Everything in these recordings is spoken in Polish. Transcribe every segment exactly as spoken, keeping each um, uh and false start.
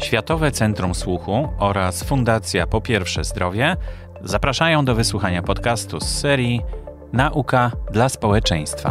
Światowe Centrum Słuchu oraz Fundacja Po Pierwsze Zdrowie zapraszają do wysłuchania podcastu z serii Nauka dla społeczeństwa.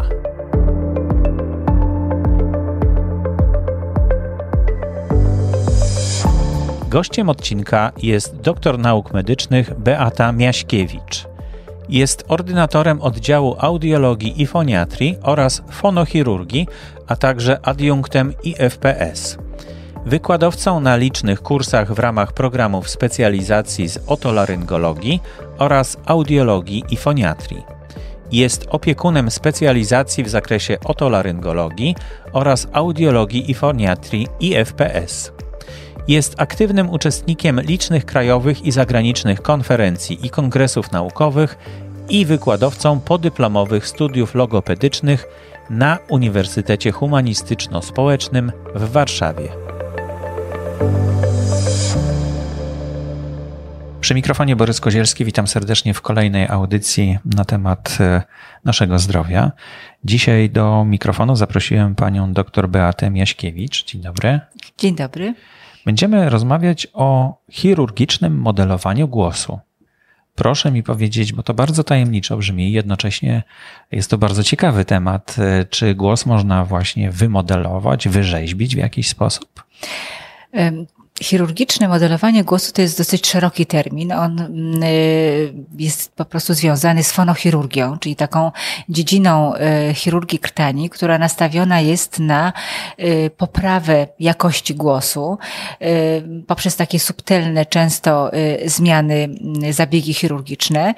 Gościem odcinka jest doktor nauk medycznych Beata Miaśkiewicz. Jest ordynatorem oddziału audiologii i foniatrii oraz fonochirurgii, a także adiunktem I F P S. Wykładowcą na licznych kursach w ramach programów specjalizacji z otolaryngologii oraz audiologii i foniatrii. Jest opiekunem specjalizacji w zakresie otolaryngologii oraz audiologii i foniatrii I F P S. Jest aktywnym uczestnikiem licznych krajowych i zagranicznych konferencji i kongresów naukowych i wykładowcą podyplomowych studiów logopedycznych na Uniwersytecie Humanistyczno-Społecznym w Warszawie. Przy mikrofonie Borys Kozielski, witam serdecznie w kolejnej audycji na temat naszego zdrowia. Dzisiaj do mikrofonu zaprosiłem panią dr Beatę Miaśkiewicz. Dzień dobry. Dzień dobry. Będziemy rozmawiać o chirurgicznym modelowaniu głosu. Proszę mi powiedzieć, bo to bardzo tajemniczo brzmi, jednocześnie jest to bardzo ciekawy temat. Czy głos można właśnie wymodelować, wyrzeźbić w jakiś sposób? Um. Chirurgiczne modelowanie głosu to jest dosyć szeroki termin. On jest po prostu związany z fonochirurgią, czyli taką dziedziną chirurgii krtani, która nastawiona jest na poprawę jakości głosu poprzez takie subtelne, często zmiany, zabiegi chirurgiczne,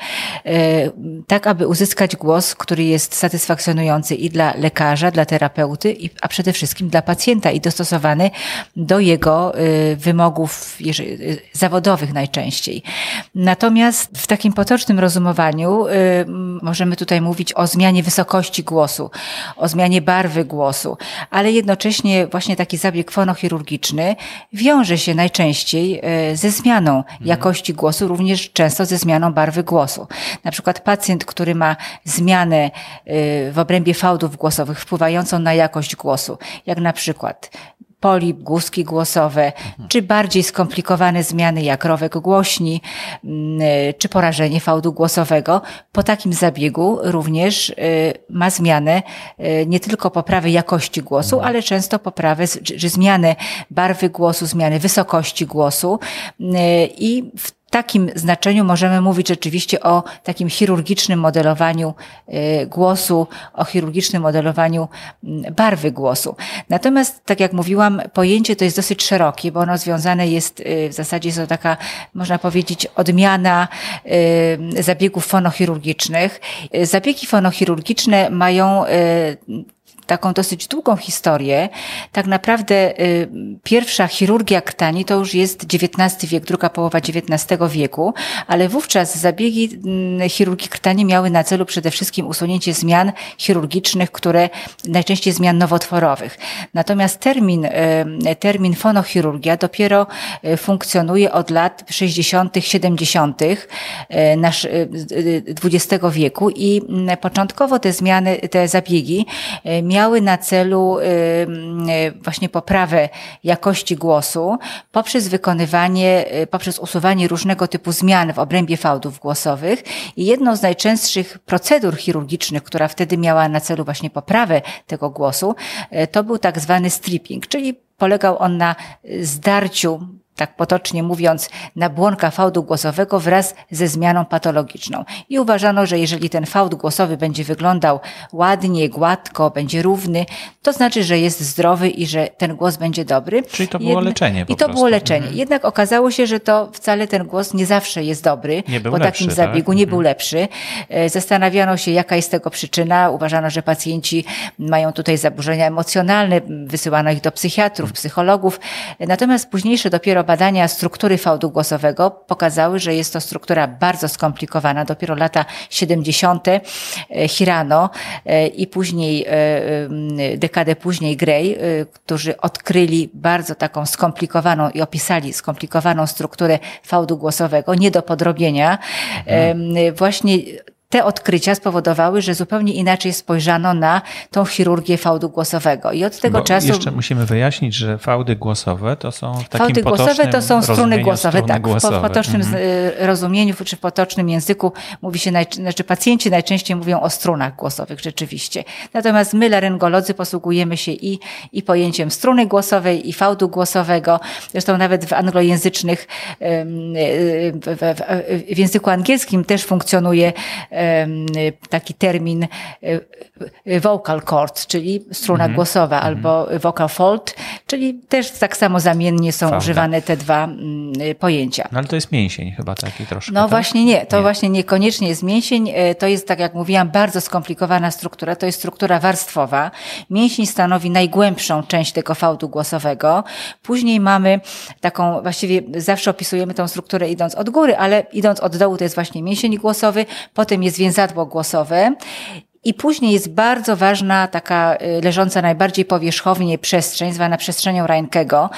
tak aby uzyskać głos, który jest satysfakcjonujący i dla lekarza, dla terapeuty, a przede wszystkim dla pacjenta i dostosowany do jego wymogów zawodowych najczęściej. Natomiast w takim potocznym rozumowaniu y, możemy tutaj mówić o zmianie wysokości głosu, o zmianie barwy głosu, ale jednocześnie właśnie taki zabieg fonochirurgiczny wiąże się najczęściej y, ze zmianą jakości głosu, również często ze zmianą barwy głosu. Na przykład pacjent, który ma zmianę y, w obrębie fałdów głosowych wpływającą na jakość głosu, jak na przykład polip, guzki głosowe, mhm. czy bardziej skomplikowane zmiany jak rowek głośni, czy porażenie fałdu głosowego. Po takim zabiegu również ma zmianę, nie tylko poprawę jakości głosu, mhm. ale często poprawę, czy zmianę barwy głosu, zmianę wysokości głosu i w W takim znaczeniu możemy mówić rzeczywiście o takim chirurgicznym modelowaniu głosu, o chirurgicznym modelowaniu barwy głosu. Natomiast, tak jak mówiłam, pojęcie to jest dosyć szerokie, bo ono związane jest, w zasadzie jest to taka, można powiedzieć, odmiana zabiegów fonochirurgicznych. Zabiegi fonochirurgiczne mają taką dosyć długą historię. Tak naprawdę y, pierwsza chirurgia krtani to już jest dziewiętnasty wiek, druga połowa dziewiętnastego wieku, ale wówczas zabiegi y, chirurgii krtani miały na celu przede wszystkim usunięcie zmian chirurgicznych, które najczęściej zmian nowotworowych. Natomiast termin, y, termin fonochirurgia dopiero y, funkcjonuje od lat sześćdziesiątych, siedemdziesiątych y, nasz, y, dwudziestego wieku i y, początkowo te zmiany, te zabiegi y, miały na celu właśnie poprawę jakości głosu poprzez wykonywanie, poprzez usuwanie różnego typu zmian w obrębie fałdów głosowych i jedną z najczęstszych procedur chirurgicznych, która wtedy miała na celu właśnie poprawę tego głosu, to był tak zwany stripping, czyli polegał on na zdarciu, tak potocznie mówiąc, nabłonka fałdu głosowego wraz ze zmianą patologiczną. I uważano, że jeżeli ten fałd głosowy będzie wyglądał ładnie, gładko, będzie równy, to znaczy, że jest zdrowy i że ten głos będzie dobry. Czyli to było Jedna... leczenie po I to prostu. było leczenie. Mhm. Jednak okazało się, że to wcale ten głos nie zawsze jest dobry. Nie był po lepszy, takim zabiegu tak? nie mhm. był lepszy. Zastanawiano się, jaka jest tego przyczyna. Uważano, że pacjenci mają tutaj zaburzenia emocjonalne. Wysyłano ich do psychiatrów, mhm. psychologów. Natomiast późniejsze dopiero badania struktury fałdu głosowego pokazały, że jest to struktura bardzo skomplikowana. Dopiero lata siedemdziesiąte Hirano i później, dekadę później Gray, którzy odkryli bardzo taką skomplikowaną i opisali skomplikowaną strukturę fałdu głosowego, nie do podrobienia. Mhm. Właśnie te odkrycia spowodowały, że zupełnie inaczej spojrzano na tą chirurgię fałdu głosowego. I od tego Bo czasu... Jeszcze musimy wyjaśnić, że fałdy głosowe to są w takim Fałdy głosowe to są struny głosowe, struny tak. Głosowe. W potocznym mhm. rozumieniu, czy w potocznym języku mówi się, znaczy pacjenci najczęściej mówią o strunach głosowych, rzeczywiście. Natomiast my, laryngolodzy, posługujemy się i, i pojęciem struny głosowej, i fałdu głosowego. Zresztą nawet w anglojęzycznych, w, w, w języku angielskim też funkcjonuje taki termin vocal cord, czyli struna mm-hmm. głosowa, mm-hmm. albo vocal fold, czyli też tak samo zamiennie są Fałda. używane te dwa mm, pojęcia. No ale to jest mięsień chyba taki troszkę. No tak? właśnie nie, to nie. właśnie niekoniecznie jest mięsień, to jest, tak jak mówiłam, bardzo skomplikowana struktura, to jest struktura warstwowa. Mięsień stanowi najgłębszą część tego fałdu głosowego. Później mamy taką, właściwie zawsze opisujemy tą strukturę idąc od góry, ale idąc od dołu to jest właśnie mięsień głosowy, potem jest więzadło głosowe. I później jest bardzo ważna, taka leżąca najbardziej powierzchownie przestrzeń, zwana przestrzenią Reinkego,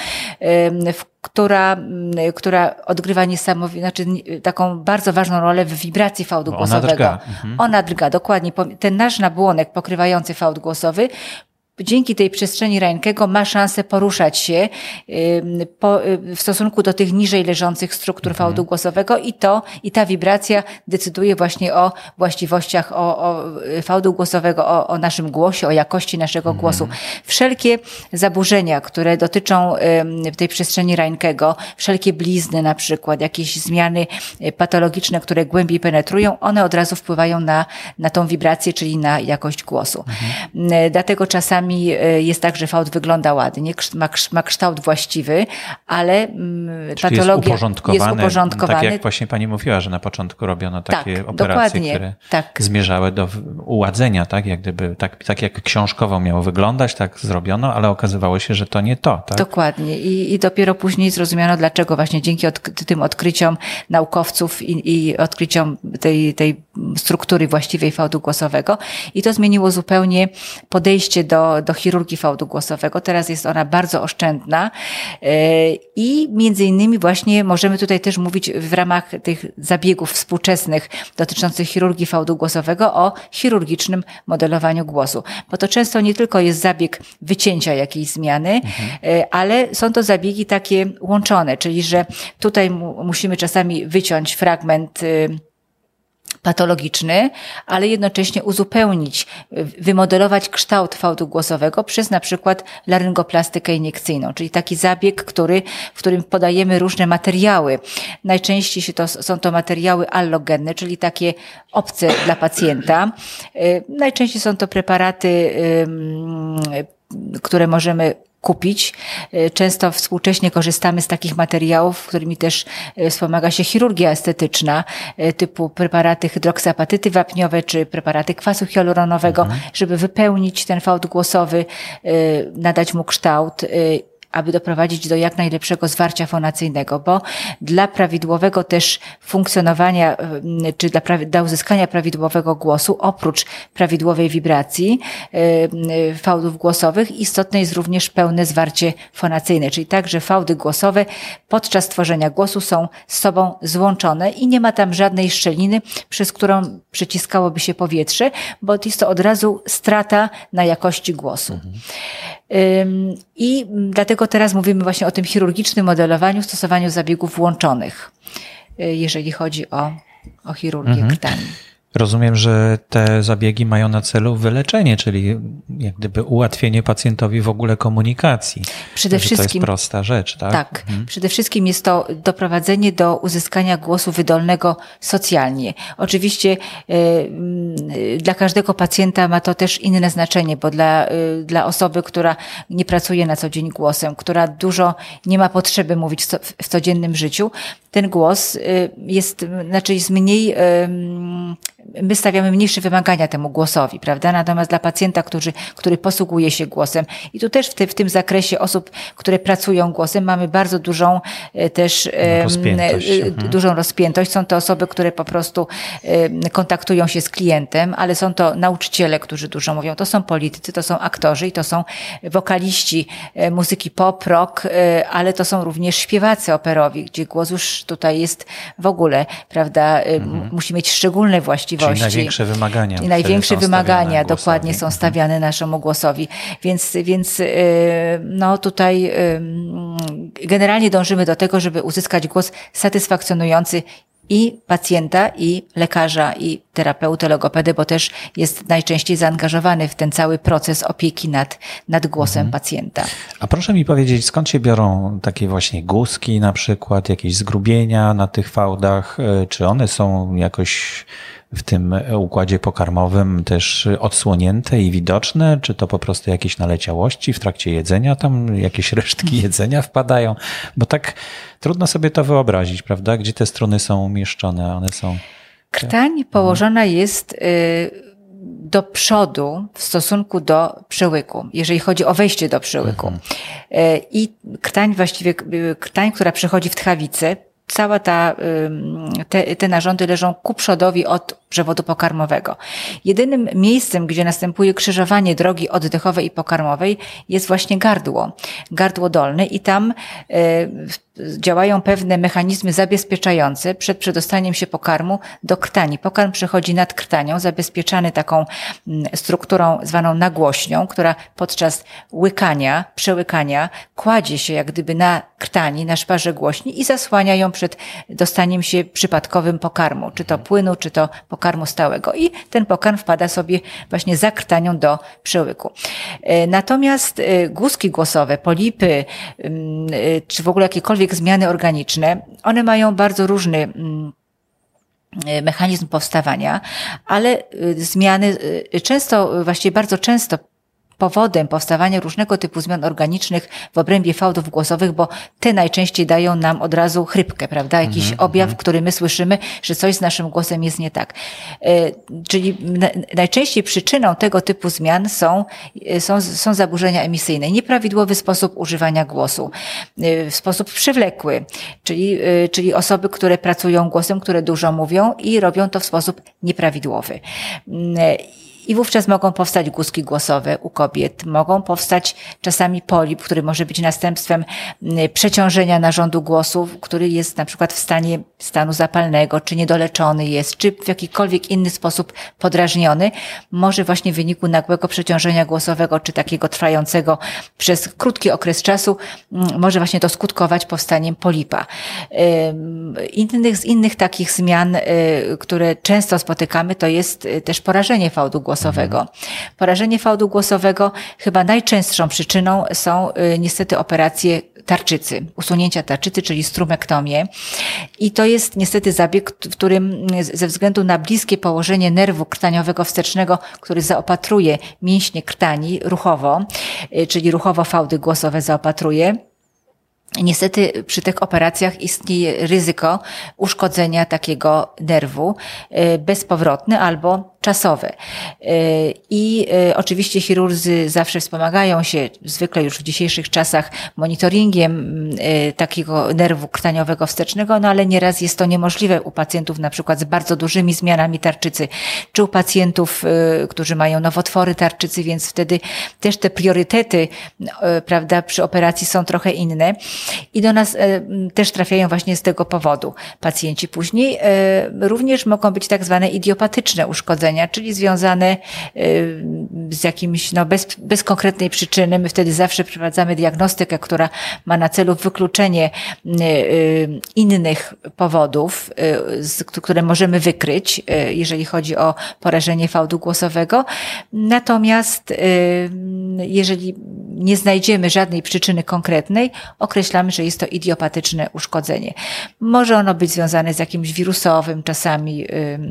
która, która odgrywa niesamowitą, znaczy taką bardzo ważną rolę w wibracji fałdu Bo głosowego. Ona drga. Mhm. Ona drga, dokładnie. Ten nasz nabłonek pokrywający fałd głosowy dzięki tej przestrzeni Reinkego ma szansę poruszać się po, w stosunku do tych niżej leżących struktur mhm. fałdu głosowego i to, i ta wibracja decyduje właśnie o właściwościach o, o fałdu głosowego, o, o naszym głosie, o jakości naszego mhm. głosu. Wszelkie zaburzenia, które dotyczą tej przestrzeni Reinkego, wszelkie blizny na przykład, jakieś zmiany patologiczne, które głębiej penetrują, one od razu wpływają na, na tą wibrację, czyli na jakość głosu. Mhm. Dlatego czasami jest tak, że fałd wygląda ładnie, ma, ma kształt właściwy, ale Czyli patologia jest uporządkowany, jest uporządkowany. tak jak właśnie pani mówiła, że na początku robiono takie tak, operacje, dokładnie, które tak. zmierzały do uładzenia, tak jak gdyby, tak, tak jak książkowo miało wyglądać, tak zrobiono, ale okazywało się, że to nie to. Tak? Dokładnie. I, i dopiero później zrozumiano, dlaczego właśnie dzięki od, tym odkryciom naukowców i, i odkryciom tej, tej struktury właściwej fałdu głosowego. I to zmieniło zupełnie podejście do do chirurgii fałdu głosowego. Teraz jest ona bardzo oszczędna i między innymi właśnie możemy tutaj też mówić w ramach tych zabiegów współczesnych dotyczących chirurgii fałdu głosowego o chirurgicznym modelowaniu głosu. Bo to często nie tylko jest zabieg wycięcia jakiejś zmiany, mhm. ale są to zabiegi takie łączone, czyli że tutaj mu, musimy czasami wyciąć fragment patologiczny, ale jednocześnie uzupełnić, wymodelować kształt fałdu głosowego przez na przykład laryngoplastykę iniekcyjną, czyli taki zabieg, który, w którym podajemy różne materiały. Najczęściej się to, są to materiały allogenne, czyli takie obce dla pacjenta. Najczęściej są to preparaty, które możemy kupić. Często współcześnie korzystamy z takich materiałów, którymi też wspomaga się chirurgia estetyczna, typu preparaty hydroksapatyty wapniowe czy preparaty kwasu hialuronowego, mhm. żeby wypełnić ten fałd głosowy, nadać mu kształt, aby doprowadzić do jak najlepszego zwarcia fonacyjnego, bo dla prawidłowego też funkcjonowania, czy dla, dla uzyskania prawidłowego głosu, oprócz prawidłowej wibracji yy, fałdów głosowych, istotne jest również pełne zwarcie fonacyjne, czyli tak, że fałdy głosowe podczas tworzenia głosu są z sobą złączone i nie ma tam żadnej szczeliny, przez którą przeciskałoby się powietrze, bo jest to od razu strata na jakości głosu. Mhm. I dlatego teraz mówimy właśnie o tym chirurgicznym modelowaniu, stosowaniu zabiegów łączonych, jeżeli chodzi o, o chirurgię mhm. krtani. Rozumiem, że te zabiegi mają na celu wyleczenie, czyli jak gdyby ułatwienie pacjentowi w ogóle komunikacji. Przede wszystkim, to jest prosta rzecz, tak? Tak. Mhm. Przede wszystkim jest to doprowadzenie do uzyskania głosu wydolnego socjalnie. Oczywiście y, dla każdego pacjenta ma to też inne znaczenie, bo dla, y, dla osoby, która nie pracuje na co dzień głosem, która dużo nie ma potrzeby mówić w, co, w codziennym życiu, ten głos y, jest, znaczy jest mniej y, my stawiamy mniejsze wymagania temu głosowi, prawda? Natomiast dla pacjenta, który, który posługuje się głosem i tu też w, te, w tym zakresie osób, które pracują głosem, mamy bardzo dużą też rozpiętość. Mhm. dużą rozpiętość. Są to osoby, które po prostu kontaktują się z klientem, ale są to nauczyciele, którzy dużo mówią. To są politycy, to są aktorzy i to są wokaliści muzyki pop, rock, ale to są również śpiewacy operowi, gdzie głos już tutaj jest w ogóle, prawda? Mhm. Musi mieć szczególne właściwości. właściwości. Czyli największe wymagania. I największe wymagania dokładnie głosowi. są stawiane naszemu głosowi. Więc, więc no tutaj generalnie dążymy do tego, żeby uzyskać głos satysfakcjonujący i pacjenta, i lekarza, i terapeuty, logopedy, bo też jest najczęściej zaangażowany w ten cały proces opieki nad, nad głosem mhm. pacjenta. A proszę mi powiedzieć, skąd się biorą takie właśnie guzki na przykład, jakieś zgrubienia na tych fałdach? Czy one są jakoś w tym układzie pokarmowym też odsłonięte i widoczne? Czy to po prostu jakieś naleciałości w trakcie jedzenia? Tam jakieś resztki jedzenia wpadają? Bo tak trudno sobie to wyobrazić, prawda? Gdzie te struny są umieszczone? One są... Krtań położona jest do przodu w stosunku do przełyku, jeżeli chodzi o wejście do przełyku. Mhm. I krtań właściwie, krtań, która przechodzi w tchawicę, cała ta, te, te narządy leżą ku przodowi od przewodu pokarmowego. Jedynym miejscem, gdzie następuje krzyżowanie drogi oddechowej i pokarmowej, jest właśnie gardło, gardło dolne i tam działają pewne mechanizmy zabezpieczające przed przedostaniem się pokarmu do krtani. Pokarm przechodzi nad krtanią, zabezpieczany taką strukturą zwaną nagłośnią, która podczas łykania, przełykania kładzie się jak gdyby na krtani, na szparze głośni i zasłania ją przed dostaniem się przypadkowym pokarmu, czy to płynu, czy to pokarmu stałego. I ten pokarm wpada sobie właśnie za krtanią do przełyku. Natomiast guzki głosowe, polipy, czy w ogóle jakiekolwiek zmiany organiczne, one mają bardzo różny mechanizm powstawania, ale zmiany często, właściwie bardzo często powodem powstawania różnego typu zmian organicznych w obrębie fałdów głosowych, bo te najczęściej dają nam od razu chrypkę, prawda? Jakiś mm, objaw, mm. który my słyszymy, że coś z naszym głosem jest nie tak. Czyli najczęściej przyczyną tego typu zmian są, są, są zaburzenia emisyjne. Nieprawidłowy sposób używania głosu, w sposób przewlekły, czyli, czyli osoby, które pracują głosem, które dużo mówią i robią to w sposób nieprawidłowy. I wówczas mogą powstać guzki głosowe u kobiet, mogą powstać czasami polip, który może być następstwem przeciążenia narządu głosu, który jest na przykład w stanie stanu zapalnego, czy niedoleczony jest, czy w jakikolwiek inny sposób podrażniony, może właśnie w wyniku nagłego przeciążenia głosowego, czy takiego trwającego przez krótki okres czasu, może właśnie to skutkować powstaniem polipa. Innych z innych takich zmian, które często spotykamy, to jest też porażenie fałdu głosowego. Głosowego. Porażenie fałdu głosowego chyba najczęstszą przyczyną są y, niestety operacje tarczycy, usunięcia tarczycy, czyli strumektomię. I to jest niestety zabieg, w którym ze względu na bliskie położenie nerwu krtaniowego wstecznego, który zaopatruje mięśnie krtani ruchowo, y, czyli ruchowo fałdy głosowe zaopatruje, niestety przy tych operacjach istnieje ryzyko uszkodzenia takiego nerwu bezpowrotne albo czasowe. I oczywiście chirurdzy zawsze wspomagają się, zwykle już w dzisiejszych czasach, monitoringiem takiego nerwu krtaniowego wstecznego, no ale nieraz jest to niemożliwe u pacjentów na przykład z bardzo dużymi zmianami tarczycy, czy u pacjentów, którzy mają nowotwory tarczycy, więc wtedy też te priorytety, prawda, przy operacji są trochę inne. I do nas też trafiają właśnie z tego powodu pacjenci. Później również mogą być tak zwane idiopatyczne uszkodzenia, czyli związane z jakimś, no bez, bez konkretnej przyczyny. My wtedy zawsze przeprowadzamy diagnostykę, która ma na celu wykluczenie innych powodów, które możemy wykryć, jeżeli chodzi o porażenie fałdu głosowego. Natomiast jeżeli nie znajdziemy żadnej przyczyny konkretnej, określamy, że jest to idiopatyczne uszkodzenie. Może ono być związane z jakimś wirusowym, czasami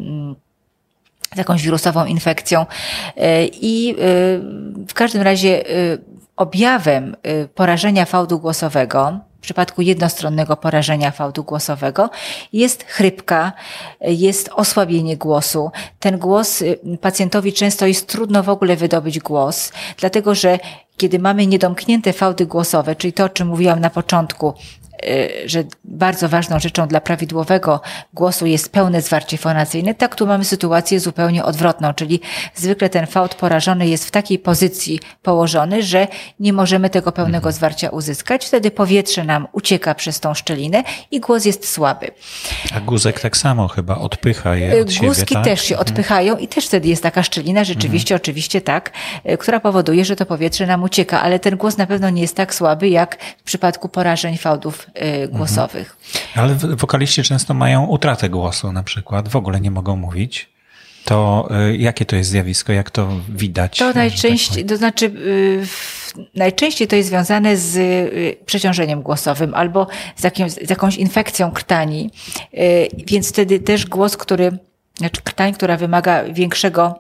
z jakąś wirusową infekcją i w każdym razie objawem porażenia fałdu głosowego, w przypadku jednostronnego porażenia fałdu głosowego jest chrypka, jest osłabienie głosu. Ten głos pacjentowi często jest trudno w ogóle wydobyć głos, dlatego że kiedy mamy niedomknięte fałdy głosowe, czyli to, o czym mówiłam na początku, że bardzo ważną rzeczą dla prawidłowego głosu jest pełne zwarcie fonacyjne, tak tu mamy sytuację zupełnie odwrotną, czyli zwykle ten fałd porażony jest w takiej pozycji położony, że nie możemy tego pełnego mhm. zwarcia uzyskać. Wtedy powietrze nam ucieka przez tą szczelinę i głos jest słaby. A guzek tak samo chyba odpycha je od siebie, Guzki tak? też się odpychają i też wtedy jest taka szczelina, rzeczywiście, mhm. oczywiście tak, która powoduje, że to powietrze nam ucieka, ale ten głos na pewno nie jest tak słaby, jak w przypadku porażeń fałdów y, głosowych. Mhm. Ale wokaliści często mają utratę głosu na przykład, w ogóle nie mogą mówić. To y, jakie to jest zjawisko, jak to widać? To najczęściej, to znaczy y, najczęściej to jest związane z y, przeciążeniem głosowym albo z, jakimś, z jakąś infekcją krtani, y, więc wtedy też głos, który, znaczy krtań, która wymaga większego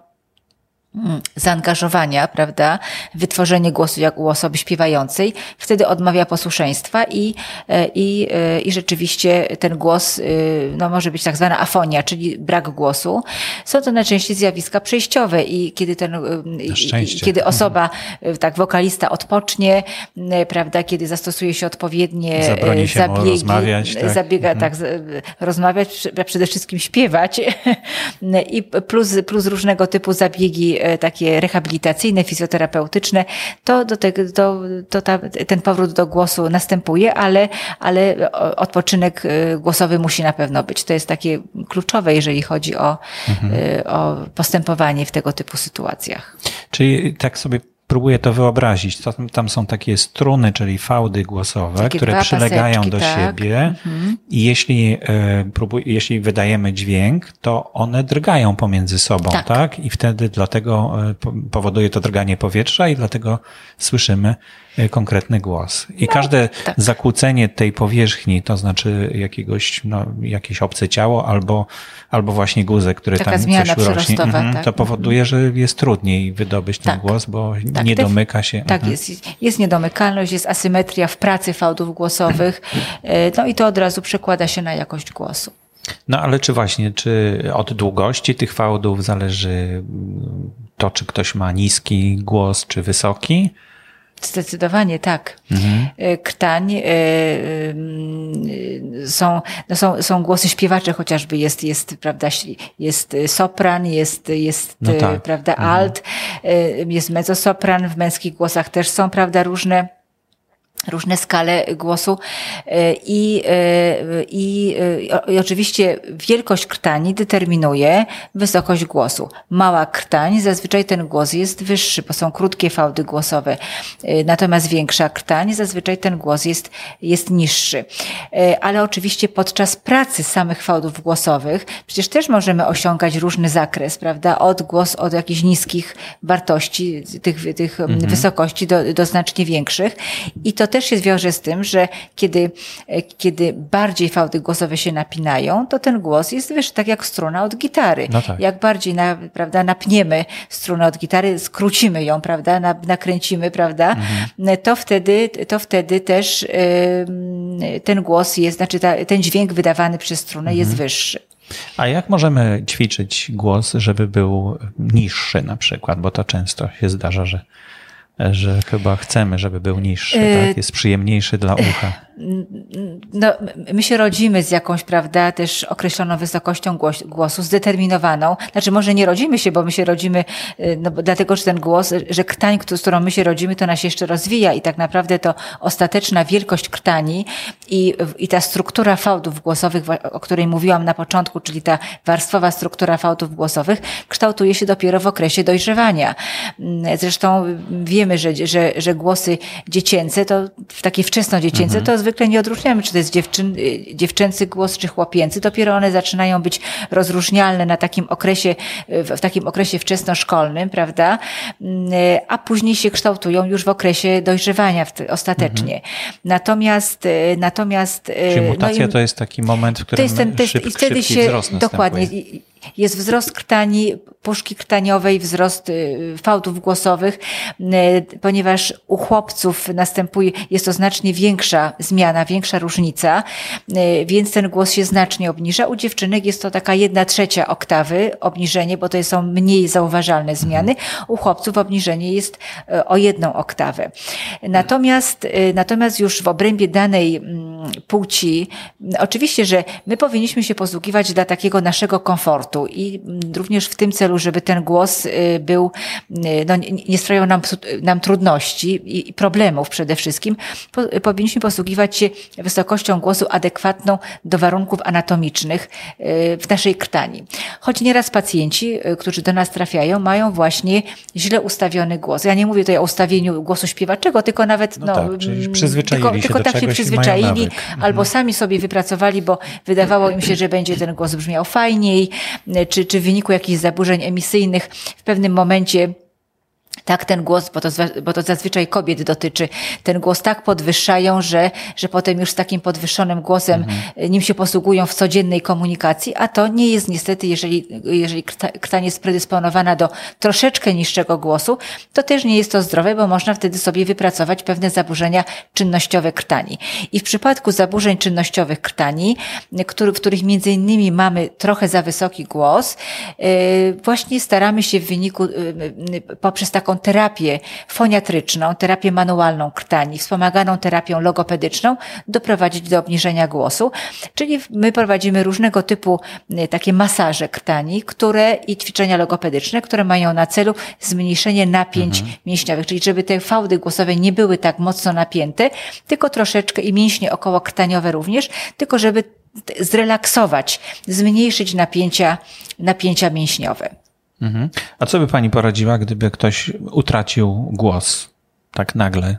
zaangażowania, prawda, wytworzenie głosu jak u osoby śpiewającej, wtedy odmawia posłuszeństwa i, i, i rzeczywiście ten głos, no, może być tak zwana afonia, czyli brak głosu. Są to najczęściej zjawiska przejściowe i kiedy ten, i, kiedy osoba, tak, wokalista odpocznie, prawda, kiedy zastosuje się odpowiednie Zabroni się zabiegi, mu rozmawiać, tak? zabiega, mhm. tak, rozmawiać, przede wszystkim śpiewać i plus, plus różnego typu zabiegi takie rehabilitacyjne, fizjoterapeutyczne, to, do tego, to, to ta, ten powrót do głosu następuje, ale, ale odpoczynek głosowy musi na pewno być. To jest takie kluczowe, jeżeli chodzi o, mhm. o postępowanie w tego typu sytuacjach. Czyli tak sobie próbuję to wyobrazić. Tam są takie struny, czyli fałdy głosowe, takie które przylegają paseczki, do tak. siebie mhm. i jeśli, próbuj, jeśli wydajemy dźwięk, to one drgają pomiędzy sobą, tak. tak? I wtedy dlatego powoduje to drganie powietrza i dlatego słyszymy konkretny głos. I no, każde tak. zakłócenie tej powierzchni, to znaczy jakiegoś, no, jakieś obce ciało albo, albo właśnie guzek, który Taka tam zmiana coś urośnie, mhm, tak. to powoduje, że jest trudniej wydobyć ten tak. głos, bo tak. nie domyka się. Tak, mhm. jest, jest niedomykalność, jest asymetria w pracy fałdów głosowych, no i to od razu przekłada się na jakość głosu. No ale czy właśnie, czy od długości tych fałdów zależy to, czy ktoś ma niski głos, czy wysoki? Zdecydowanie tak. Mhm. Krtań, y, y, są, no są, są głosy śpiewacze chociażby, jest, jest, prawda, jest sopran, jest, jest, no tak. prawda, mhm. alt, y, jest mezzosopran, w męskich głosach też są, prawda, różne różne skale głosu i, i, i oczywiście wielkość krtani determinuje wysokość głosu. Mała krtań, zazwyczaj ten głos jest wyższy, bo są krótkie fałdy głosowe, natomiast większa krtań, zazwyczaj ten głos jest, jest niższy. Ale oczywiście podczas pracy samych fałdów głosowych przecież też możemy osiągać różny zakres, prawda, od głos, od jakichś niskich wartości, tych, tych mhm. wysokości do, do znacznie większych i to też się wiąże z tym, że kiedy, kiedy bardziej fałdy głosowe się napinają, to ten głos jest wyższy, tak jak struna od gitary. No tak. Jak bardziej na, prawda, napniemy strunę od gitary, skrócimy ją, prawda, nakręcimy, prawda, mhm. to wtedy, to wtedy też yy, ten głos jest, znaczy ta, ten dźwięk wydawany przez strunę mhm. jest wyższy. A jak możemy ćwiczyć głos, żeby był niższy na przykład, bo to często się zdarza, że że chyba chcemy, żeby był niższy, tak? Jest przyjemniejszy dla ucha. No, my się rodzimy z jakąś, prawda, też określoną wysokością głos, głosu, zdeterminowaną. Znaczy, może nie rodzimy się, bo my się rodzimy, no, dlatego, że ten głos, że krtań, z którą my się rodzimy, to nas jeszcze rozwija i tak naprawdę to ostateczna wielkość krtani i, i ta struktura fałdów głosowych, o której mówiłam na początku, czyli ta warstwowa struktura fałdów głosowych, kształtuje się dopiero w okresie dojrzewania. Zresztą wiemy, że, że, że głosy dziecięce, to takie wczesnodziecięce, mhm. to zwykle nie odróżniamy, czy to jest dziewczyn, dziewczęcy głos, czy chłopięcy. Dopiero one zaczynają być rozróżnialne na takim okresie, w takim okresie wczesnoszkolnym, prawda? A później się kształtują już w okresie dojrzewania ostatecznie. Mhm. Natomiast, natomiast... Czyli mutacja no i, to jest taki moment, w którym to jest ten, to jest, szyb, i wtedy szybki się, wzrost dokładnie, następuje. Jest wzrost krtani, puszki krtaniowej, wzrost fałdów głosowych, ponieważ u chłopców następuje, jest to znacznie większa zmiana, większa różnica, więc ten głos się znacznie obniża. U dziewczynek jest to taka jedna trzecia oktawy obniżenie, bo to są mniej zauważalne zmiany. U chłopców obniżenie jest o jedną oktawę. Natomiast, natomiast już w obrębie danej płci, oczywiście, że my powinniśmy się posługiwać dla takiego naszego komfortu i również w tym celu, żeby ten głos był, no, nie sprawiał nam, nam trudności i problemów przede wszystkim, po, powinniśmy posługiwać się wysokością głosu adekwatną do warunków anatomicznych w naszej krtani. Choć nieraz pacjenci, którzy do nas trafiają, mają właśnie źle ustawiony głos. Ja nie mówię tutaj o ustawieniu głosu śpiewaczego, tylko nawet, no, no tak, czyli przyzwyczaili tylko, się tylko do tak się przyzwyczaili, albo sami sobie wypracowali, bo wydawało im się, że będzie ten głos brzmiał fajniej, czy, czy w wyniku jakichś zaburzeń emisyjnych w pewnym momencie tak ten głos, bo to, bo to zazwyczaj kobiet dotyczy, ten głos tak podwyższają, że, że potem już z takim podwyższonym głosem mhm. nim się posługują w codziennej komunikacji, a to nie jest niestety, jeżeli, jeżeli krtań jest predysponowana do troszeczkę niższego głosu, to też nie jest to zdrowe, bo można wtedy sobie wypracować pewne zaburzenia czynnościowe krtani. I w przypadku zaburzeń czynnościowych krtani, który, w których między innymi mamy trochę za wysoki głos, yy, właśnie staramy się w wyniku, yy, poprzez taką terapię foniatryczną, terapię manualną krtani, wspomaganą terapią logopedyczną, doprowadzić do obniżenia głosu. Czyli my prowadzimy różnego typu takie masaże krtani, które i ćwiczenia logopedyczne, które mają na celu zmniejszenie napięć mhm. mięśniowych, czyli żeby te fałdy głosowe nie były tak mocno napięte, tylko troszeczkę i mięśnie okołokrtaniowe również, tylko żeby zrelaksować, zmniejszyć napięcia, napięcia mięśniowe. Mhm. A co by pani poradziła, gdyby ktoś utracił głos tak nagle?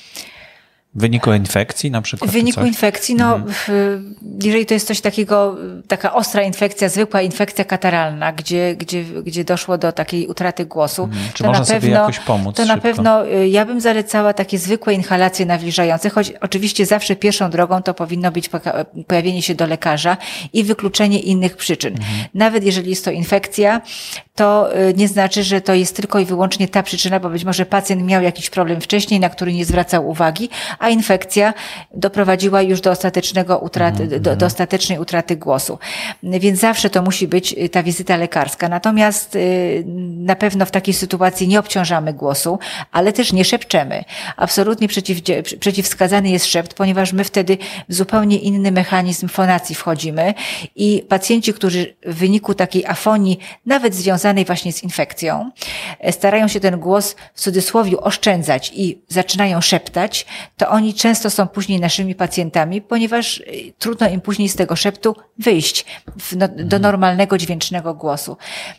W wyniku infekcji na przykład? W wyniku coś? infekcji, no, mhm. jeżeli to jest coś takiego, taka ostra infekcja, zwykła infekcja kataralna, gdzie, gdzie, gdzie doszło do takiej utraty głosu, mhm. Czy to można na pewno, sobie jakoś pomóc to na szybko? pewno ja bym zalecała takie zwykłe inhalacje nawilżające, choć oczywiście zawsze pierwszą drogą to powinno być pojawienie się do lekarza i wykluczenie innych przyczyn. Mhm. Nawet jeżeli jest to infekcja, to nie znaczy, że to jest tylko i wyłącznie ta przyczyna, bo być może pacjent miał jakiś problem wcześniej, na który nie zwracał uwagi, a infekcja doprowadziła już do ostatecznego utraty, mm-hmm. do, do ostatecznej utraty głosu. Więc zawsze to musi być ta wizyta lekarska. Natomiast na pewno w takiej sytuacji nie obciążamy głosu, ale też nie szepczemy. Absolutnie przeciw, przeciwwskazany jest szept, ponieważ my wtedy w zupełnie inny mechanizm fonacji wchodzimy i pacjenci, którzy w wyniku takiej afonii, nawet związanej właśnie z infekcją, starają się ten głos w cudzysłowie oszczędzać i zaczynają szeptać, to oni często są później naszymi pacjentami, ponieważ trudno im później z tego szeptu wyjść w no, do normalnego, dźwięcznego głosu.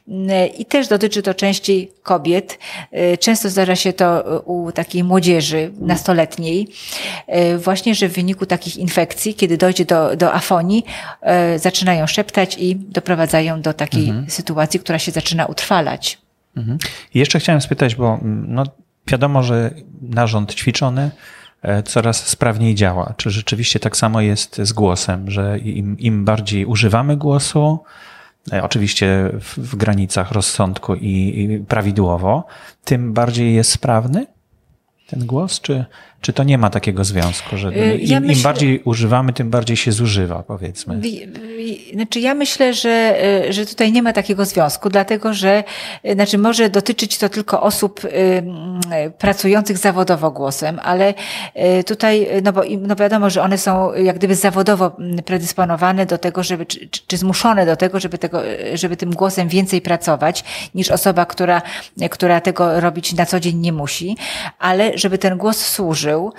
I też dotyczy to częściej kobiet. Często zdarza się to u takiej młodzieży nastoletniej, właśnie, że w wyniku takich infekcji, kiedy dojdzie do, do afonii, zaczynają szeptać i doprowadzają do takiej mhm. sytuacji, która się zaczyna utrwalać. Mhm. I jeszcze chciałem spytać, bo no, wiadomo, że narząd ćwiczony coraz sprawniej działa. Czy rzeczywiście tak samo jest z głosem, że im, im bardziej używamy głosu, oczywiście w, w granicach rozsądku i, i prawidłowo, tym bardziej jest sprawny ten głos? Czy, czy to nie ma takiego związku, że im, ja myślę, im bardziej używamy, tym bardziej się zużywa, powiedzmy? Znaczy ja myślę, że, że tutaj nie ma takiego związku, dlatego że znaczy może dotyczyć to tylko osób pracujących zawodowo głosem, ale tutaj, no bo no wiadomo, że one są jak gdyby zawodowo predysponowane do tego, żeby, czy, czy zmuszone do tego, żeby tego, żeby tym głosem więcej pracować niż osoba, która, która tego robić na co dzień nie musi, ale żeby ten głos służył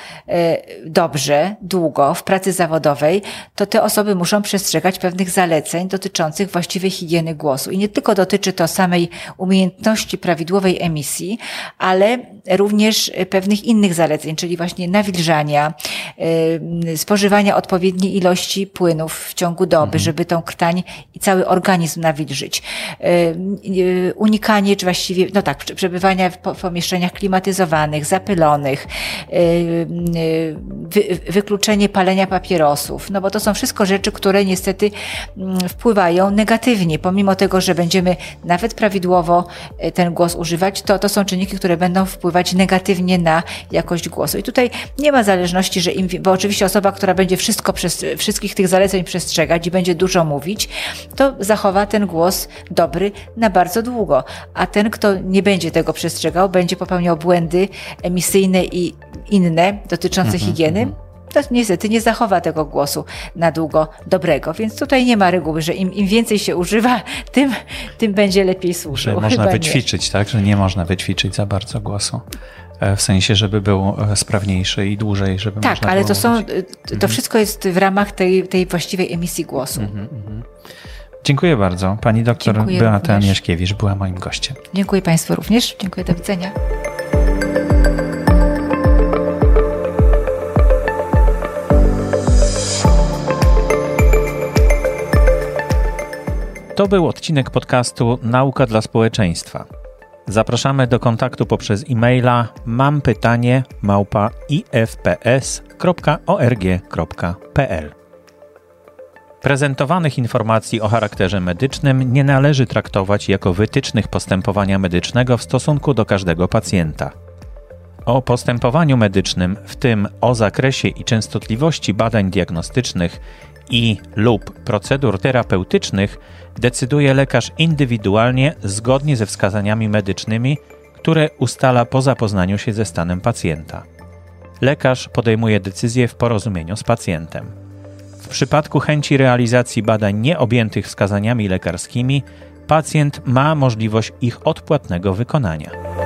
dobrze, długo w pracy zawodowej, to te osoby muszą przestrzegać pewnych zaleceń dotyczących właściwej higieny głosu. I nie tylko dotyczy to samej umiejętności prawidłowej emisji, ale również pewnych innych zaleceń, czyli właśnie nawilżania, spożywania odpowiedniej ilości płynów w ciągu doby, mhm. żeby tą krtań i cały organizm nawilżyć. Unikanie, czy właściwie, no tak, przebywania w pomieszczeniach klimatyzowanych, zapylonych, wykluczenie palenia papierosów, no bo to są wszystko rzeczy, które niestety wpływają negatywnie, pomimo tego, że będziemy nawet prawidłowo ten głos używać, to to są czynniki, które będą wpływać negatywnie na jakość głosu. I tutaj nie ma zależności, że im, bo oczywiście osoba, która będzie wszystko, wszystkich tych zaleceń przestrzegać i będzie dużo mówić, to zachowa ten głos dobry na bardzo długo. A ten, kto nie będzie tego przestrzegał, będzie popełniał błędy emisyjne i inne dotyczące mhm, higieny, to niestety nie zachowa tego głosu na długo dobrego. Więc tutaj nie ma reguły, że im, im więcej się używa, tym, tym będzie lepiej służył. Że można Chyba wyćwiczyć, nie. tak? Że nie można wyćwiczyć za bardzo głosu. W sensie, żeby był sprawniejszy i dłużej, żeby tak, można ale było to są, mówić. to mhm. wszystko jest w ramach tej, tej właściwej emisji głosu. Mhm, mhm. Dziękuję bardzo. Pani doktor Dziękuję Beata również. Miaśkiewicz była moim gościem. Dziękuję Państwu również. Dziękuję, do widzenia. To był odcinek podcastu Nauka dla społeczeństwa. Zapraszamy do kontaktu poprzez e-maila mam pytanie małpa i f p s kropka org kropka p l. Prezentowanych informacji o charakterze medycznym nie należy traktować jako wytycznych postępowania medycznego w stosunku do każdego pacjenta. O postępowaniu medycznym, w tym o zakresie i częstotliwości badań diagnostycznych i lub procedur terapeutycznych, decyduje lekarz indywidualnie zgodnie ze wskazaniami medycznymi, które ustala po zapoznaniu się ze stanem pacjenta. Lekarz podejmuje decyzję w porozumieniu z pacjentem. W przypadku chęci realizacji badań nieobjętych wskazaniami lekarskimi, pacjent ma możliwość ich odpłatnego wykonania.